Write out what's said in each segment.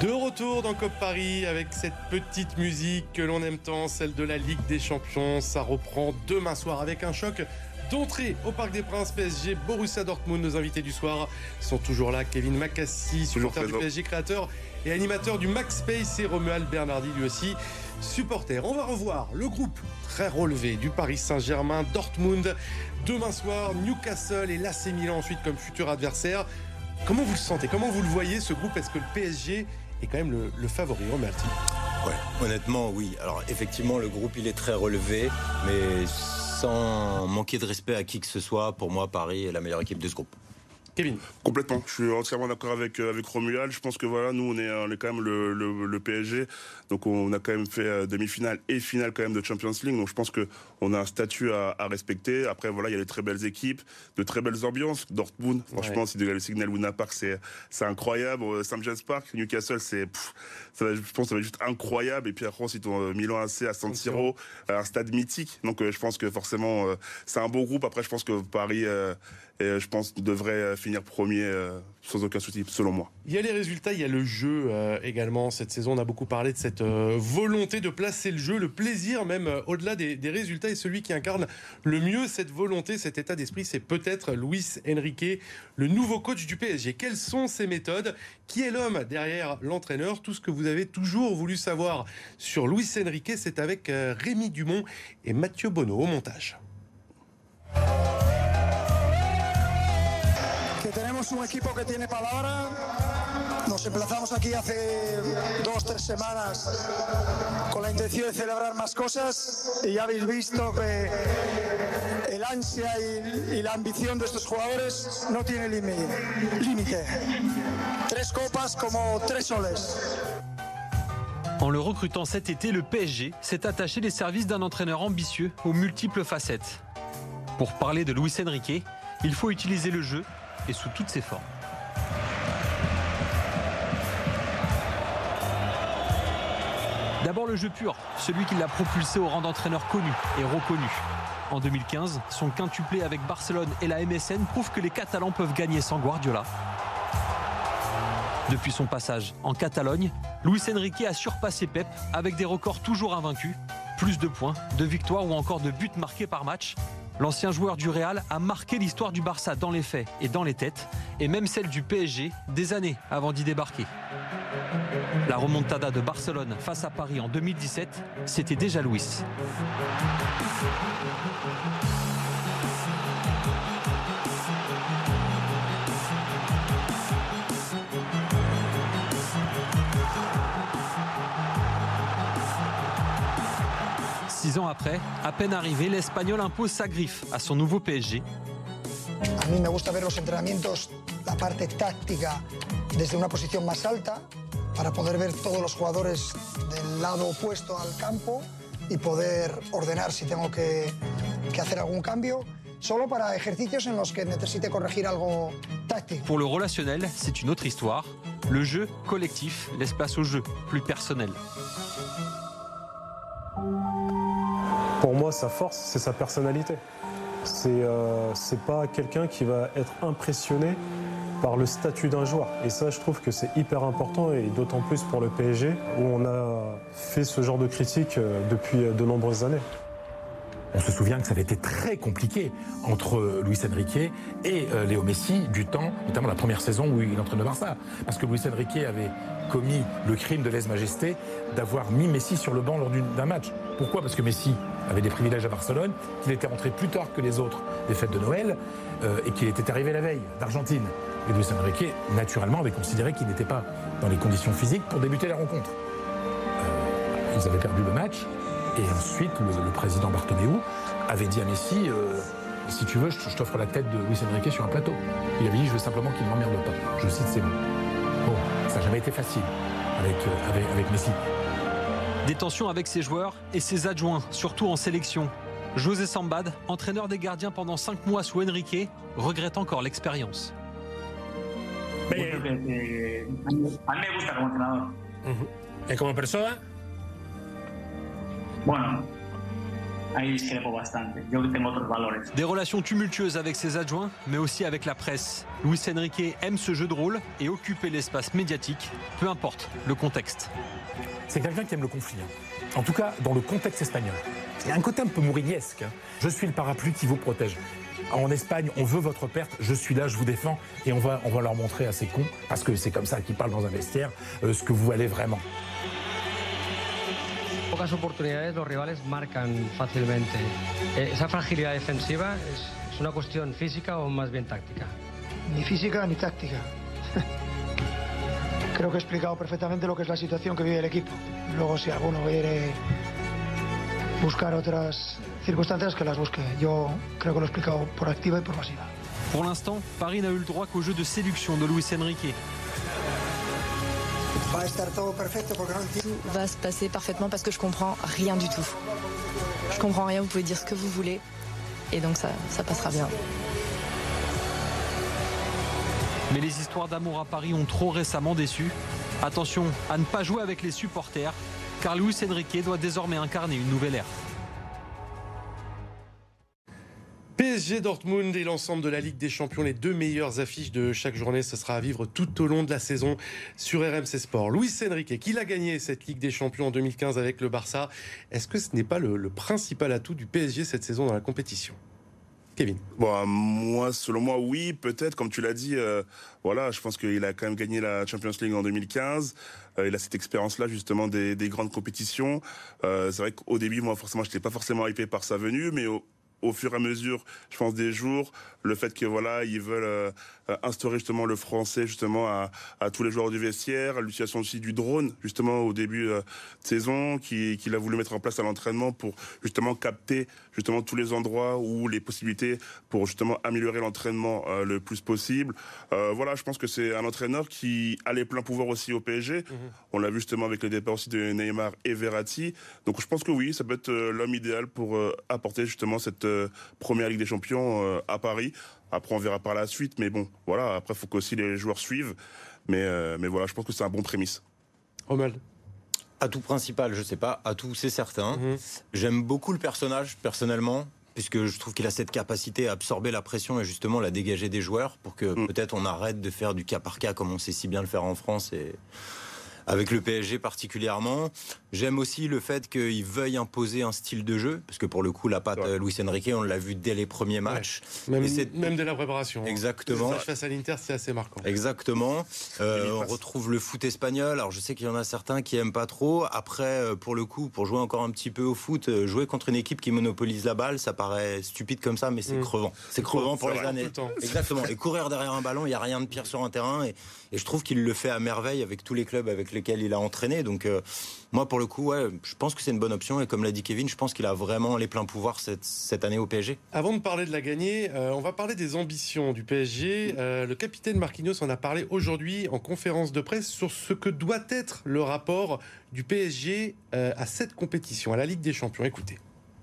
De retour dans COP Paris avec cette petite musique que l'on aime tant, celle de la Ligue des Champions. Ça reprend demain soir avec un choc d'entrée au Parc des Princes. PSG, Borussia Dortmund. Nos invités du soir sont toujours là. Kevin Macassi, supporter du PSG, créateur et animateur du Max Space, et Romuald Bernardi, lui aussi supporter. On va revoir le groupe très relevé du Paris Saint-Germain, Dortmund. Demain soir, Newcastle et l'AC Milan ensuite comme futur adversaire. Comment vous le sentez? Comment vous le voyez, ce groupe? Est-ce que le PSG est quand même le favori? Romuald. Ouais, honnêtement, oui. Alors, effectivement, le groupe, il est très relevé, mais sans manquer de respect à qui que ce soit, pour moi, Paris est la meilleure équipe de ce groupe. Kevin. Complètement, je suis entièrement d'accord avec Romuald. Je pense que voilà, nous on est quand même le PSG, donc on a quand même fait demi-finale et finale quand même de Champions League, donc je pense que on a un statut à respecter. Après voilà, il y a de très belles équipes, de très belles ambiances. Dortmund, franchement, si le Signal Iduna Park, c'est incroyable. St James Park, Newcastle, je pense que ça va être juste incroyable. Et puis après ensuite Milan AC à San Siro, un stade mythique. Donc je pense que forcément c'est un beau groupe. Après je pense que Paris je pense devrait finir premier sans aucun souci, selon moi. Il y a les résultats, il y a le jeu également. Cette saison, on a beaucoup parlé de cette volonté de placer le jeu, le plaisir même au-delà des résultats. Et celui qui incarne le mieux cette volonté, cet état d'esprit, c'est peut-être Luis Enrique, le nouveau coach du PSG. Quelles sont ses méthodes? Qui est l'homme derrière l'entraîneur? Tout ce que vous avez toujours voulu savoir sur Luis Enrique, c'est avec Rémi Dumont et Mathieu Bonneau au montage. Tenemos un equipo que tiene palabra. Nos emplazamos aquí hace 2-3 semanas con la intención de celebrar más cosas y ya habéis visto que el ansia y la ambición de estos jugadores no tiene límite. 3 copas como 3 soles. En le recrutant cet été, le PSG s'est attaché les services d'un entraîneur ambitieux aux multiples facettes. Pour parler de Luis Enrique, il faut utiliser le jeu et sous toutes ses formes. D'abord le jeu pur, celui qui l'a propulsé au rang d'entraîneur connu et reconnu. En 2015, son quintuplé avec Barcelone et la MSN prouve que les Catalans peuvent gagner sans Guardiola. Depuis son passage en Catalogne, Luis Enrique a surpassé Pep avec des records toujours invaincus, plus de points, de victoires ou encore de buts marqués par match. L'ancien joueur du Real a marqué l'histoire du Barça dans les faits et dans les têtes, et même celle du PSG des années avant d'y débarquer. La remontada de Barcelone face à Paris en 2017, c'était déjà Luis. Ans après, à peine arrivé, l'Espagnol impose sa griffe à son nouveau PSG. A mí me gusta ver los entrenamientos, la parte táctica desde una posición más alta para poder ver todos los jugadores del lado opuesto al campo y poder ordenar si tengo que hacer algún cambio, solo para ejercicios en los que necesite corregir algo táctico. Pour le relationnel, c'est une autre histoire. Le jeu collectif laisse place au jeu plus personnel. Pour moi, sa force, c'est sa personnalité. C'est pas quelqu'un qui va être impressionné par le statut d'un joueur. Et ça, je trouve que c'est hyper important, et d'autant plus pour le PSG, où on a fait ce genre de critique depuis de nombreuses années. On se souvient que ça avait été très compliqué entre Luis Enrique et Léo Messi du temps, notamment la première saison où il entraîne le Barça. Parce que Luis Enrique avait commis le crime de lèse-majesté d'avoir mis Messi sur le banc lors d'un match. Pourquoi? Parce que Messi avait des privilèges à Barcelone, qu'il était rentré plus tard que les autres des fêtes de Noël et qu'il était arrivé la veille d'Argentine. Et Luis Enrique, naturellement, avait considéré qu'il n'était pas dans les conditions physiques pour débuter la rencontre. Ils avaient perdu le match. Et ensuite, le président Bartomeu avait dit à Messi si tu veux, je t'offre la tête de Luis Enrique sur un plateau. Il avait dit je veux simplement qu'il ne m'emmerde pas. Je cite ces mots. Bon, ça n'a jamais été facile avec Messi. Des tensions avec ses joueurs et ses adjoints, surtout en sélection. José Sambad, entraîneur des gardiens pendant 5 mois sous Enrique, regrette encore l'expérience. A mí me gusta como entrenador. ¿Y como persona? Bueno, ahí discrepo bastante. Yo tengo otros valores. Des relations tumultueuses avec ses adjoints, mais aussi avec la presse. Luis Enrique aime ce jeu de rôle et occuper l'espace médiatique, peu importe le contexte. C'est quelqu'un qui aime le conflit. En tout cas, dans le contexte espagnol. Il y a un côté un peu mouriniesque. Je suis le parapluie qui vous protège. En Espagne, on veut votre perte, je suis là, je vous défends. Et on va leur montrer à ces cons, parce que c'est comme ça qu'ils parlent dans un vestiaire, ce que vous valez vraiment. Pocas oportunidades, los rivales marcan fácilmente. Esa fragilidad defensiva es una cuestión física o más bien táctica. Ni física ni táctica. Creo que he explicado perfectamente lo que es la situación que vive el equipo. Luego, si alguno quiere buscar otras circunstancias, que las busque. Yo creo que lo he explicado por activa y por pasiva. Pour l'instant, Paris n'a eu le droit qu'au jeu de séduction de Luis Enrique. Va a estar todo perfecto porque no entiendo. Tout va se passer parfaitement parce que je comprends rien du tout. Je comprends rien, vous pouvez dire ce que vous voulez. Et donc ça passera bien. Mais les histoires d'amour à Paris ont trop récemment déçu. Attention à ne pas jouer avec les supporters, car Luis Enrique doit désormais incarner une nouvelle ère. PSG Dortmund et l'ensemble de la Ligue des Champions, les deux meilleures affiches de chaque journée, ce sera à vivre tout au long de la saison sur RMC Sport. Luis Enrique, qui l'a gagné cette Ligue des Champions en 2015 avec le Barça, est-ce que ce n'est pas le principal atout du PSG cette saison dans la compétition ? Kevin. Bon, moi, selon moi, oui, peut-être, comme tu l'as dit, voilà, je pense qu'il a quand même gagné la Champions League en 2015. Il a cette expérience-là, justement, des grandes compétitions. C'est vrai qu'au début, moi, forcément, je n'étais pas forcément hypé par sa venue, mais au fur et à mesure, je pense, des jours, le fait que voilà, ils veulent instaurer justement le français justement à tous les joueurs du vestiaire, l'utilisation aussi du drone justement au début de saison, qu'il a voulu mettre en place à l'entraînement pour justement capter justement tous les endroits où les possibilités pour justement améliorer l'entraînement le plus possible. Voilà, je pense que c'est un entraîneur qui a les pleins pouvoirs aussi au PSG. On l'a vu justement avec le départ aussi de Neymar et Verratti. Donc je pense que oui, ça peut être l'homme idéal pour apporter justement cette première Ligue des Champions à Paris. Après, on verra par la suite, mais bon, voilà. Après, il faut qu'aussi les joueurs suivent. Mais voilà, je pense que c'est un bon prémisse. Romuald. Atout principal, je sais pas. Atout, c'est certain. J'aime beaucoup le personnage, personnellement, puisque je trouve qu'il a cette capacité à absorber la pression et justement la dégager des joueurs pour que peut-être on arrête de faire du cas par cas comme on sait si bien le faire en France et avec le PSG particulièrement. J'aime aussi le fait qu'il veuille imposer un style de jeu, parce que pour le coup, la patte Luis Enrique, on l'a vu dès les premiers matchs. Ouais. Même dès la préparation. Exactement. Le match face à l'Inter, c'est assez marquant. Exactement. On retrouve le foot espagnol. Alors je sais qu'il y en a certains qui aiment pas trop. Après, pour le coup, pour jouer encore un petit peu au foot, jouer contre une équipe qui monopolise la balle, ça paraît stupide comme ça, mais c'est crevant. C'est crevant pour les années. Exactement. Et courir derrière un ballon, il n'y a rien de pire sur un terrain. Et je trouve qu'il le fait à merveille avec tous les clubs avec lesquels il a entraîné. Donc moi, pour le coup, ouais, je pense que c'est une bonne option. Et comme l'a dit Kevin, je pense qu'il a vraiment les pleins pouvoirs cette année au PSG. Avant de parler de la gagnée, on va parler des ambitions du PSG. Le capitaine Marquinhos en a parlé aujourd'hui en conférence de presse sur ce que doit être le rapport du PSG à cette compétition, à la Ligue des Champions. Écoutez.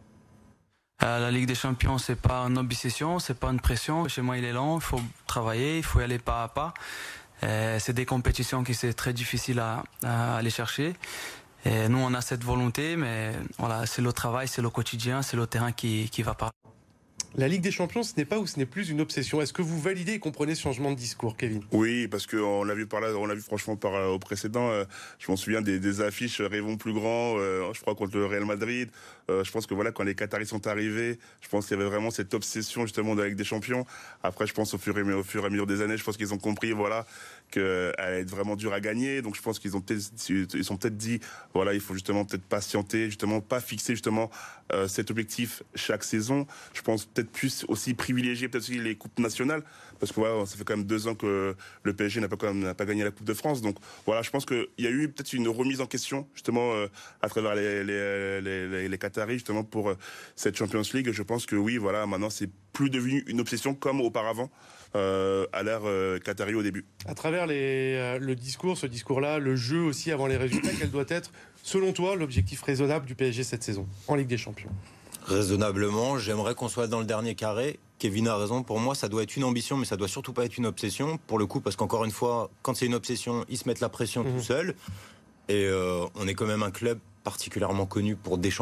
La Ligue des Champions, c'est pas une obsession, c'est pas une pression. Chez moi, il est lent, il faut travailler, il faut y aller pas à pas. C'est des compétitions qui c'est très difficile à aller chercher. Et nous, on a cette volonté, mais voilà, c'est le travail, c'est le quotidien, c'est le terrain qui va parler. La Ligue des Champions, ce n'est pas ou ce n'est plus une obsession. Est-ce que vous validez et comprenez ce changement de discours, Kevin ? Oui, parce qu'on l'a vu par là, on l'a vu franchement au précédent. Je m'en souviens des affiches rêvons plus grand. Je crois contre le Real Madrid. Je pense que voilà, quand les Qataris sont arrivés, je pense qu'il y avait vraiment cette obsession justement de la Ligue des Champions. Après, je pense au fur et à mesure des années, je pense qu'ils ont compris, voilà, qu'elle allait être vraiment dure à gagner. Donc je pense qu'ils sont peut-être dit, voilà, il faut justement peut-être patienter, justement pas fixer justement cet objectif chaque saison. Je pense peut-être plus aussi privilégier peut-être aussi les coupes nationales, parce que voilà, ça fait quand même 2 ans que le PSG n'a pas gagné la Coupe de France. Donc voilà, je pense qu'il y a eu peut-être une remise en question justement à travers les Qataris justement pour cette Champions League. Je pense que oui, voilà, maintenant c'est plus devenu une obsession comme auparavant à l'ère Qatari au début. À travers le discours, ce discours-là, le jeu aussi avant les résultats, quel doit être, selon toi, l'objectif raisonnable du PSG cette saison en Ligue des Champions ? Raisonnablement, j'aimerais qu'on soit dans le dernier carré. Kevin a raison, pour moi ça doit être une ambition, mais ça doit surtout pas être une obsession, pour le coup, parce qu'encore une fois, quand c'est une obsession, ils se mettent la pression tout seuls, et on est quand même un club particulièrement connu pour déchanter.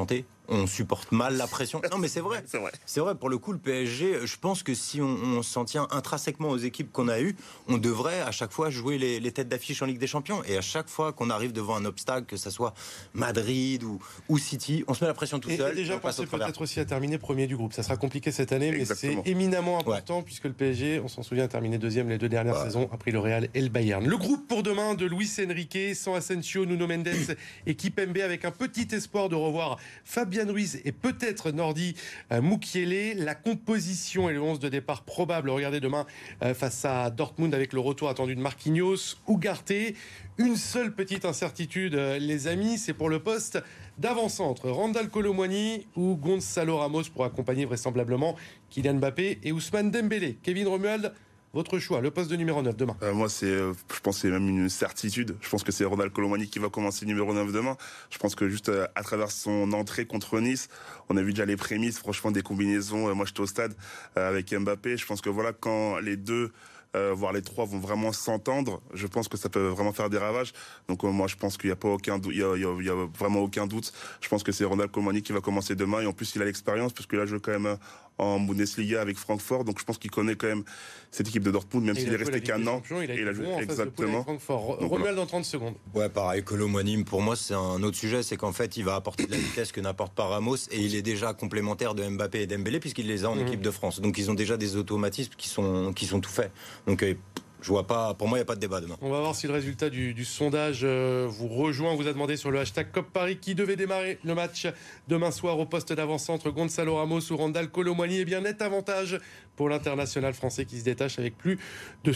on supporte mal la pression. Non, mais c'est vrai. C'est vrai, pour le coup, le PSG, je pense que si on s'en tient intrinsèquement aux équipes qu'on a eues, on devrait à chaque fois jouer les têtes d'affiche en Ligue des Champions. Et à chaque fois qu'on arrive devant un obstacle, que ce soit Madrid ou City, on se met la pression tout seul. Et déjà, pensez peut-être aussi à terminer premier du groupe. Ça sera compliqué cette année, mais c'est éminemment important puisque le PSG, on s'en souvient, a terminé deuxième les 2 dernières saisons, après le Real et le Bayern. Le groupe pour demain de Luis Enrique, sans Asensio, Nuno Mendes et Kimpembe, avec un petit espoir de revoir Fabian Ruiz et peut-être Nordi Mukiele. La composition et le 11 de départ probable. Regardez demain face à Dortmund avec le retour attendu de Marquinhos, Ugarte. Une seule petite incertitude, les amis, c'est pour le poste d'avant-centre. Randal Kolo Muani ou Gonzalo Ramos pour accompagner vraisemblablement Kylian Mbappé et Ousmane Dembélé. Kevin Romuald, votre choix, le poste de numéro 9 demain. Moi, je pense que c'est même une certitude. Je pense que c'est Randal Kolo Muani qui va commencer numéro 9 demain. Je pense que juste à travers son entrée contre Nice, on a vu déjà les prémices, franchement, des combinaisons. Moi, j'étais au stade avec Mbappé. Je pense que voilà, quand les deux voire les trois vont vraiment s'entendre, je pense que ça peut vraiment faire des ravages. Donc moi je pense qu'il n'y a pas aucun doute, il y a vraiment aucun doute. Je pense que c'est Randal Kolo Muani qui va commencer demain, et en plus il a l'expérience parce que là je joue quand même en Bundesliga avec Francfort, donc je pense qu'il connaît quand même cette équipe de Dortmund, même s'il est resté qu'un an. Il a joué exactement. Romuald dans 30 secondes. Ouais, pareil, Kolo Muani, pour moi c'est un autre sujet, c'est qu'en fait il va apporter de la vitesse que n'apporte pas Ramos, et il est déjà complémentaire de Mbappé et Dembélé puisqu'il les a en équipe de France. Donc ils ont déjà des automatismes qui sont tout faits. Donc je vois pas, pour moi il n'y a pas de débat demain. On va voir si le résultat du sondage vous rejoint. On vous a demandé sur le hashtag COP Paris qui devait démarrer le match demain soir au poste d'avant-centre, Gonzalo Ramos ou Randal Kolo Muani. Et bien net avantage pour l'international français qui se détache avec plus de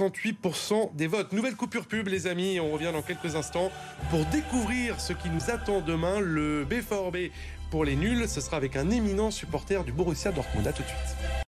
68% des votes. Nouvelle coupure pub les amis, et on revient dans quelques instants pour découvrir ce qui nous attend demain, le B4B pour les nuls. Ce sera avec un éminent supporter du Borussia Dortmund. À tout de suite.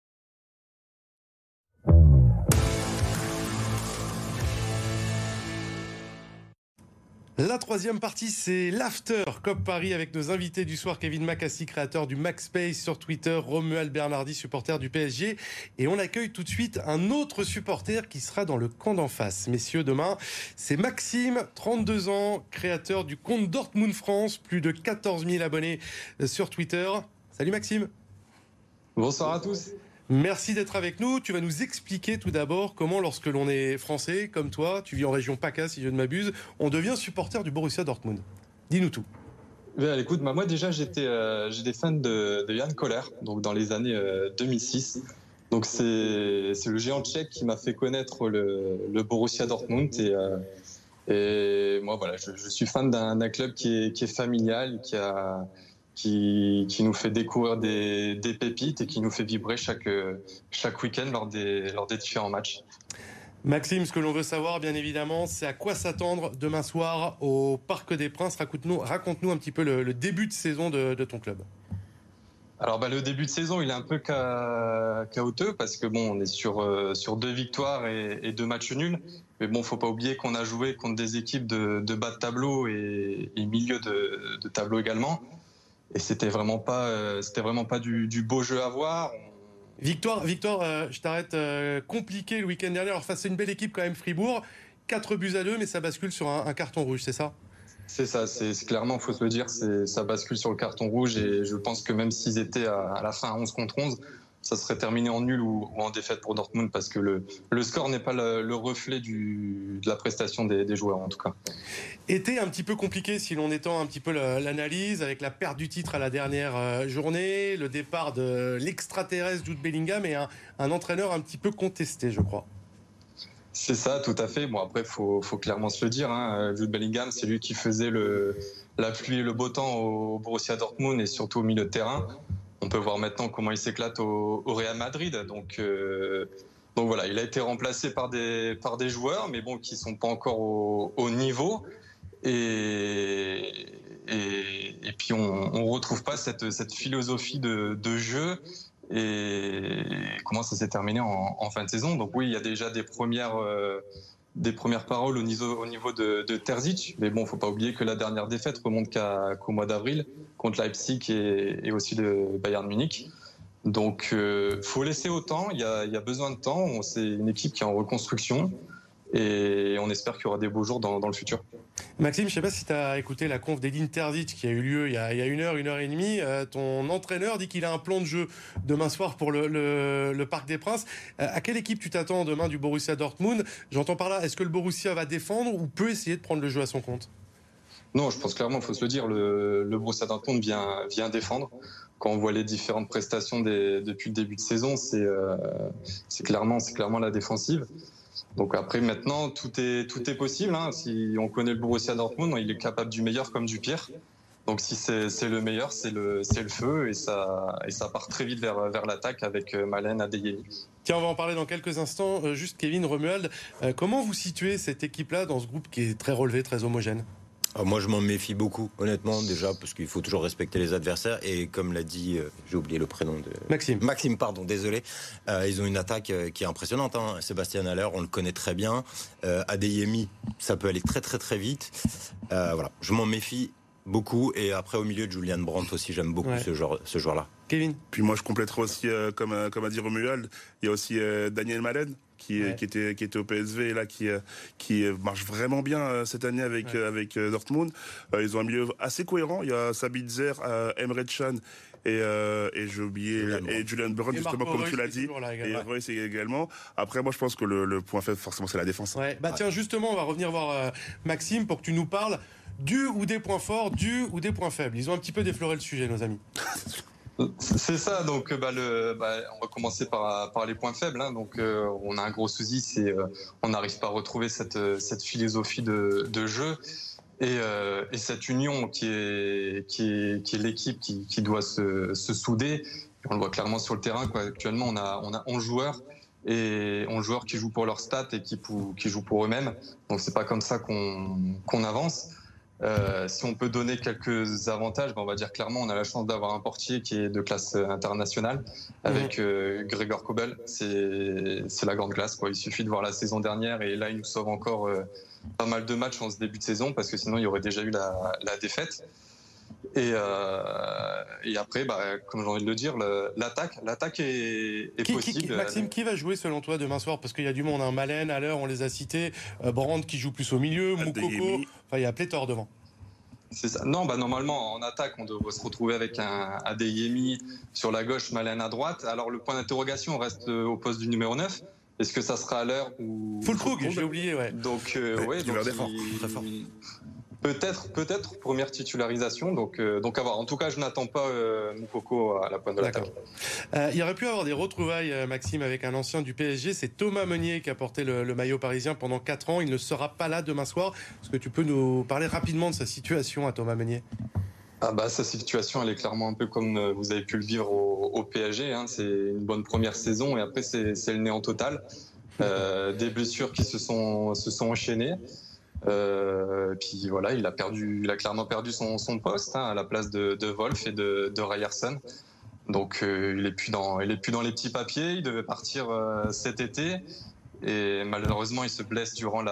La troisième partie, c'est l'After COP Paris avec nos invités du soir, Kevin Macassi, créateur du MaxSpace sur Twitter, Romuald Bernardi, supporter du PSG. Et on accueille tout de suite un autre supporter qui sera dans le camp d'en face. Messieurs, demain, c'est Maxime, 32 ans, créateur du compte Dortmund France, plus de 14 000 abonnés sur Twitter. Salut Maxime. Bonsoir à tous. Merci d'être avec nous. Tu vas nous expliquer tout d'abord comment, lorsque l'on est français, comme toi, tu vis en région PACA si je ne m'abuse, on devient supporter du Borussia Dortmund. Dis-nous tout. Écoute, moi déjà j'étais fan de Jan Koller, donc dans les années 2006. Donc c'est le géant tchèque qui m'a fait connaître le Borussia Dortmund, et moi voilà, je suis fan d'un club qui est familial, qui nous fait découvrir des pépites et qui nous fait vibrer chaque week-end lors des différents matchs. Maxime, ce que l'on veut savoir, bien évidemment, c'est à quoi s'attendre demain soir au Parc des Princes. Raconte-nous un petit peu le début de saison de ton club. Alors le début de saison, il est un peu chaotique parce que on est sur 2 victoires et 2 matchs nuls. Mais bon, faut pas oublier qu'on a joué contre des équipes de bas de tableau et milieu de tableau également. Et c'était vraiment pas du beau jeu à voir. Victoire, je t'arrête, compliqué le week-end dernier. Alors face à une belle équipe quand même, Fribourg, 4-2, mais ça bascule sur un carton rouge, c'est ça ? C'est ça, c'est clairement, faut se le dire, ça bascule sur le carton rouge, et je pense que même s'ils étaient à la fin à 11 contre 11, ça serait terminé en nul ou en défaite pour Dortmund, parce que le score n'est pas le reflet de la prestation des joueurs en tout cas. Été un petit peu compliqué si l'on étend un petit peu l'analyse, avec la perte du titre à la dernière journée, le départ de l'extraterrestre Jude Bellingham et un entraîneur un petit peu contesté, je crois. C'est ça, tout à fait. Bon, après, faut clairement se le dire. Jude Bellingham, c'est lui qui faisait la pluie et le beau temps au Borussia Dortmund et surtout au milieu de terrain. On peut voir maintenant comment il s'éclate au Real Madrid. Donc voilà, il a été remplacé par des joueurs, mais qui sont pas encore au niveau. Et puis on retrouve pas cette philosophie de jeu. Et comment ça s'est terminé en fin de saison. Donc oui, il y a déjà des premières paroles au niveau de Terzic, mais faut pas oublier que la dernière défaite remonte qu'au mois d'avril contre Leipzig et aussi le Bayern Munich. Donc faut laisser au temps, il y a besoin de temps. C'est une équipe qui est en reconstruction, Et on espère qu'il y aura des beaux jours dans le futur. Maxime, je ne sais pas si tu as écouté la conf d'Edin Terzic qui a eu lieu il y a 1 heure, 1 heure et demie. Ton entraîneur dit qu'il a un plan de jeu demain soir pour le Parc des Princes. À quelle équipe tu t'attends demain du Borussia Dortmund? J'entends par là, est-ce que le Borussia va défendre ou peut essayer de prendre le jeu à son compte? Non, je pense clairement, il faut se le dire, le Borussia Dortmund vient défendre. Quand on voit les différentes prestations depuis le début de saison, c'est clairement la défensive. Donc après, maintenant, tout est possible. Hein. Si on connaît le Borussia Dortmund, il est capable du meilleur comme du pire. Donc si c'est le meilleur, c'est le feu et ça part très vite vers l'attaque avec Malen Adeyemi. Tiens, on va en parler dans quelques instants. Juste Kevin, Romuald, comment vous situez cette équipe-là dans ce groupe qui est très relevé, très homogène? Moi, je m'en méfie beaucoup, honnêtement, déjà, parce qu'il faut toujours respecter les adversaires. Et comme l'a dit, j'ai oublié le prénom de... Maxime, pardon, désolé. Ils ont une attaque qui est impressionnante. Hein. Sébastien Haller, on le connaît très bien. Adeyemi, ça peut aller très, très, très vite. Voilà, je m'en méfie beaucoup. Et après, au milieu de Julian Brandt aussi, j'aime beaucoup ce joueur-là. Kevin? Puis moi, je compléterai aussi, comme a dit Romuald, il y a aussi Daniel Malen. Qui était au PSV et là qui marche vraiment bien cette année avec Dortmund. Ils ont un milieu assez cohérent. Il y a Sabitzer, Emre Can et j'ai oublié Julian Brandt, justement, comme tu l'as dit, et Royce également. Après, moi je pense que le point faible forcément c'est la défense. Tiens, justement, on va revenir voir Maxime pour que tu nous parles du ou des points forts, du ou des points faibles. Ils ont un petit peu défloré le sujet, nos amis. C'est ça, donc on va commencer par les points faibles. Hein. Donc on a un gros souci, c'est on n'arrive pas à retrouver cette philosophie de jeu et cette union qui est l'équipe qui doit se souder. On le voit clairement sur le terrain. Actuellement, on a 11 joueurs. Et 11 joueurs qui jouent pour leur stats et qui jouent pour eux-mêmes. Donc c'est pas comme ça qu'on avance. Si on peut donner quelques avantages, on va dire clairement, on a la chance d'avoir un portier qui est de classe internationale avec Gregor Kobel. C'est la grande classe, quoi. Il suffit de voir la saison dernière et là, il nous sauve encore pas mal de matchs en ce début de saison parce que sinon, il y aurait déjà eu la défaite. Et après, comme j'ai envie de le dire, l'attaque est possible. Maxime, qui va jouer selon toi demain soir? Parce qu'il y a du monde, hein. Malen, à l'heure, on les a cités. Brandt qui joue plus au milieu, Moukoko. Enfin, il y a pléthore devant. C'est ça. Non, normalement, en attaque, on devrait se retrouver avec un Adeyemi sur la gauche, Malen à droite. Alors, le point d'interrogation reste au poste du numéro 9. Est-ce que ça sera à l'heure ou... Füllkrug, j'ai oublié, Donc, très fort. Peut-être première titularisation, donc à voir. En tout cas, je n'attends pas Moukoko à la pointe de l'attaque. Il y aurait pu avoir des retrouvailles, Maxime, avec un ancien du PSG. C'est Thomas Meunier qui a porté le maillot parisien pendant 4 ans. Il ne sera pas là demain soir. Est-ce que tu peux nous parler rapidement de sa situation à Thomas Meunier? Sa situation, elle est clairement un peu comme vous avez pu le vivre au PSG. Hein. C'est une bonne première saison et après c'est le néant total. Des blessures qui se sont enchaînées. Puis voilà, il a clairement perdu son poste à la place de Wolf et de Ryerson. Donc il est plus dans les petits papiers. Il devait partir cet été et malheureusement il se blesse durant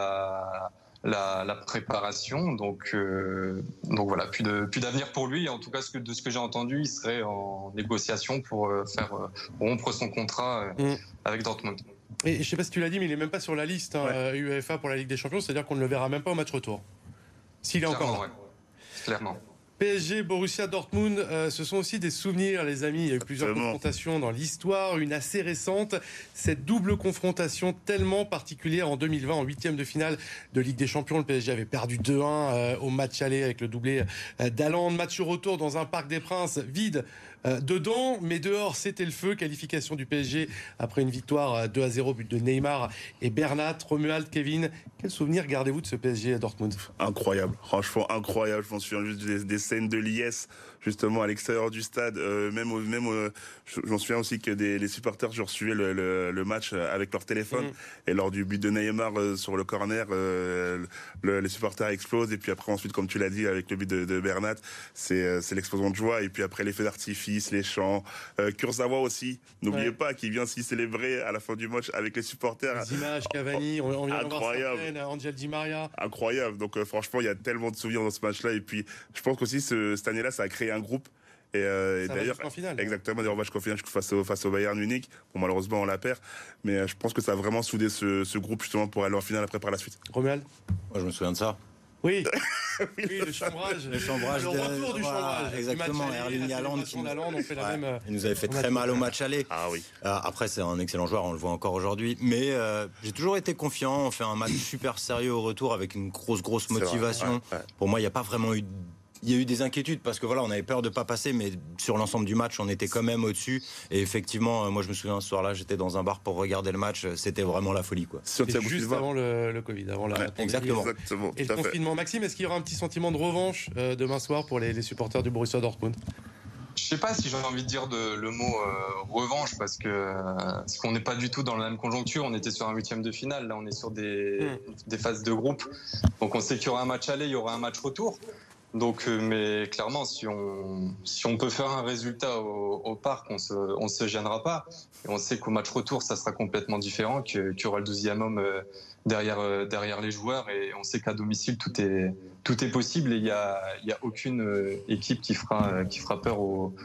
la préparation. Donc voilà, plus d'avenir pour lui. En tout cas, de ce que j'ai entendu, il serait en négociation pour rompre son contrat avec Dortmund. Et je ne sais pas si tu l'as dit, mais il n'est même pas sur la liste UEFA pour la Ligue des Champions, c'est-à-dire qu'on ne le verra même pas au match retour. S'il est encore là. Clairement. PSG, Borussia Dortmund, ce sont aussi des souvenirs, les amis. Il y a eu plusieurs confrontations dans l'histoire, une assez récente. Cette double confrontation tellement particulière en 2020, en 8e de finale de Ligue des Champions. Le PSG avait perdu 2-1 au match aller avec le doublé d'Haaland. Match retour dans un Parc des Princes vide. Dedans, mais dehors, c'était le feu. Qualification du PSG après une victoire 2-0, but de Neymar et Bernat. Romuald, Kevin, quel souvenir gardez-vous de ce PSG à Dortmund? Incroyable, franchement incroyable. Je m'en souviens juste des scènes de liesse justement à l'extérieur du stade. Je m'en souviens aussi que les supporters suivaient le match avec leur téléphone et lors du but de Neymar sur le corner, les supporters explosent et puis après ensuite, comme tu l'as dit, avec le but de Bernat, c'est l'explosion de joie et puis après les feux d'artifice, les chants. Kurzawa aussi, n'oubliez pas, qui vient s'y célébrer à la fin du match avec les supporters. Les images, Cavani, on vient de voir certaines, Angel Di Maria. Incroyable. Donc franchement, il y a tellement de souvenirs dans ce match-là et puis je pense qu'aussi cette année-là, ça a créé un groupe Et d'ailleurs, exactement, des revanches en finale face au Bayern Munich. Bon, malheureusement, on la perd. Mais je pense que ça a vraiment soudé ce groupe justement pour aller en finale après par la suite. Romuald ? Moi, je me souviens de ça. Oui, le chambrage. Le chambrage. Le retour du chambrage. Exactement, Erling Haaland il nous avait fait très mal au match aller. Ah oui. Après, c'est un excellent joueur, on le voit encore aujourd'hui. Mais j'ai toujours été confiant. On fait un match super sérieux au retour avec une grosse motivation. Ouais. Pour moi, il n'y a pas vraiment eu... Il y a eu des inquiétudes parce que voilà, on avait peur de pas passer, mais sur l'ensemble du match, on était quand même au-dessus. Et effectivement, moi je me souviens ce soir-là, j'étais dans un bar pour regarder le match, c'était vraiment la folie, quoi. C'était juste avant le Covid, avant la pandémie. Exactement. Et le confinement. Maxime, est-ce qu'il y aura un petit sentiment de revanche demain soir pour les supporters du Borussia Dortmund ? Je sais pas si j'ai envie de dire le mot revanche parce qu'on n'est pas du tout dans la même conjoncture. On était sur un 8e de finale, là on est sur des phases de groupe. Donc on sait qu'il y aura un match aller, il y aura un match retour. Donc, mais clairement, si on peut faire un résultat au parc, on se gênera pas. Et on sait qu'au match retour, ça sera complètement différent, qu'il y aura le 12e homme derrière les joueurs. Et on sait qu'à domicile, tout est possible. Et il y a aucune équipe qui fera peur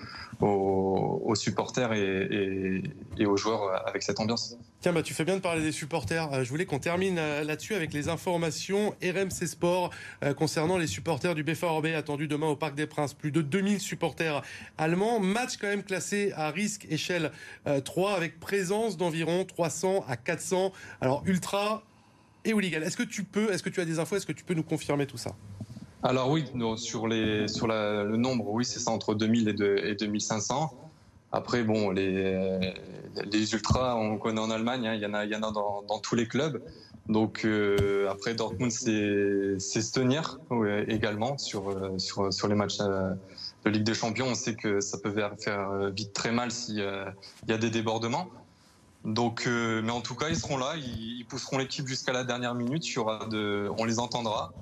aux supporters et aux joueurs avec cette ambiance. Tiens, tu fais bien de parler des supporters. Je voulais qu'on termine là-dessus avec les informations RMC Sport concernant les supporters du BVB attendus demain au Parc des Princes. Plus de 2000 supporters allemands. Match quand même classé à risque échelle 3 avec présence d'environ 300 à 400. Alors ultra et hooligan. Est-ce que tu as des infos? Est-ce que tu peux nous confirmer tout ça? Alors oui, sur le nombre, oui, c'est ça, entre 2000 et 2500. Après, bon, les ultras, on connaît en Allemagne, il y en a dans tous les clubs. Donc après, Dortmund, c'est se tenir également sur les matchs de Ligue des Champions. On sait que ça peut faire vite très mal s'il y a des débordements. Donc, mais en tout cas, ils seront là, ils pousseront l'équipe jusqu'à la dernière minute. On les entendra.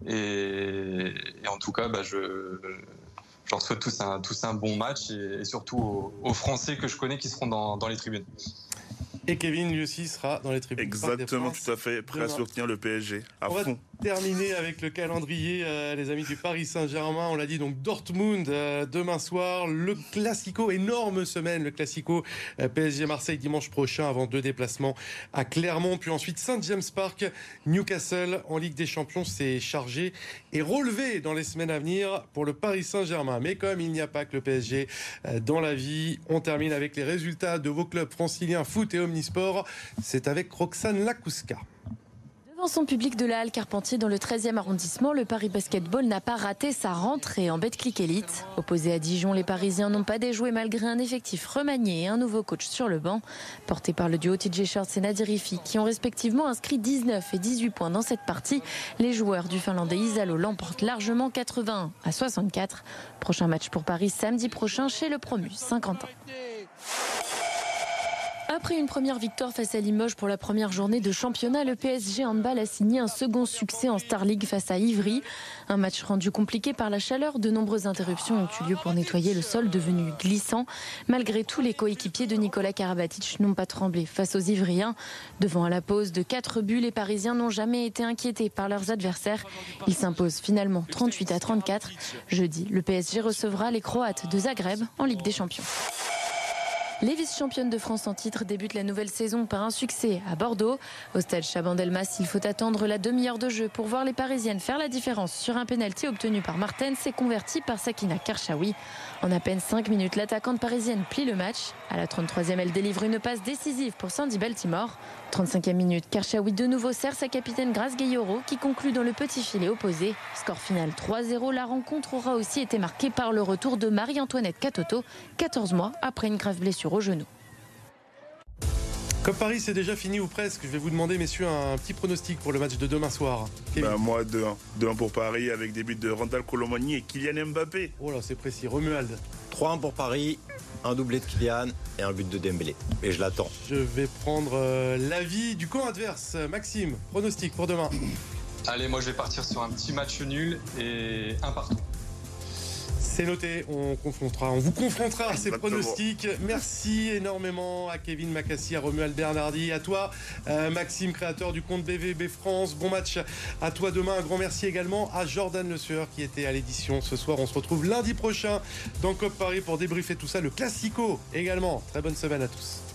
Et en tout cas, je leur souhaite tous un bon match et surtout aux Français que je connais qui seront dans les tribunes. Et Kevin, lui aussi, sera dans les tribunes. Exactement, tout à fait. Prêt à soutenir le PSG à fond. Terminé avec le calendrier, les amis du Paris Saint-Germain. On l'a dit, donc Dortmund demain soir, le Classico, énorme semaine, le Classico PSG Marseille dimanche prochain avant 2 déplacements à Clermont, puis ensuite Saint-James Park, Newcastle en Ligue des Champions. C'est chargé et relevé dans les semaines à venir pour le Paris Saint-Germain. Mais comme il n'y a pas que le PSG dans la vie, on termine avec les résultats de vos clubs franciliens foot et omnisport. C'est avec Roxane Lakouska. Devant son public de la Halle Carpentier dans le 13e arrondissement, le Paris Basketball n'a pas raté sa rentrée en Betclic Elite. Opposés à Dijon, les Parisiens n'ont pas déjoué malgré un effectif remanié et un nouveau coach sur le banc. Porté par le duo TJ Shorts et Nadir Rifi, qui ont respectivement inscrit 19 et 18 points dans cette partie, les joueurs du Finlandais Isalo l'emportent largement 81 à 64. Prochain match pour Paris samedi prochain chez le promu Saint-Quentin. Après une première victoire face à Limoges pour la première journée de championnat, le PSG Handball a signé un second succès en Star League face à Ivry. Un match rendu compliqué par la chaleur, de nombreuses interruptions ont eu lieu pour nettoyer le sol devenu glissant. Malgré tout, les coéquipiers de Nicolas Karabatic n'ont pas tremblé face aux Ivriens. Devant à la pause de 4 buts, les Parisiens n'ont jamais été inquiétés par leurs adversaires. Ils s'imposent finalement 38 à 34. Jeudi, le PSG recevra les Croates de Zagreb en Ligue des Champions. Les vice-championnes de France en titre débutent la nouvelle saison par un succès à Bordeaux. Au stade Chabandelmas, il faut attendre la demi-heure de jeu pour voir les Parisiennes faire la différence sur un pénalty obtenu par Martens et converti par Sakina Karchaoui. En à peine 5 minutes, l'attaquante parisienne plie le match. À la 33e, elle délivre une passe décisive pour Sandy Baltimore. 35e minute, Karchaoui de nouveau sert sa capitaine Grace Gayoro qui conclut dans le petit filet opposé. Score final 3-0. La rencontre aura aussi été marquée par le retour de Marie-Antoinette Katoto, 14 mois après une grave blessure au genou. Comme Paris, c'est déjà fini ou presque. Je vais vous demander, messieurs, un petit pronostic pour le match de demain soir. Moi, 2-1. 2-1 pour Paris avec des buts de Randal Colomani et Kylian Mbappé. Oh là, c'est précis. Romuald. 3-1 pour Paris, un doublé de Kylian et un but de Dembélé. Et je l'attends. Je vais prendre l'avis du camp adverse. Maxime, pronostic pour demain. Allez, moi je vais partir sur un petit match nul et un partout. C'est noté, on vous confrontera à ces Exactement. pronostics. Merci énormément à Kevin Macassi, à Romuald Bernardi, à toi Maxime, créateur du compte BVB France. Bon match à toi demain. Un grand merci également à Jordan Le Sueur qui était à l'édition ce soir. On se retrouve lundi prochain dans COP Paris pour débriefer tout ça. Le Classico également. Très bonne semaine à tous.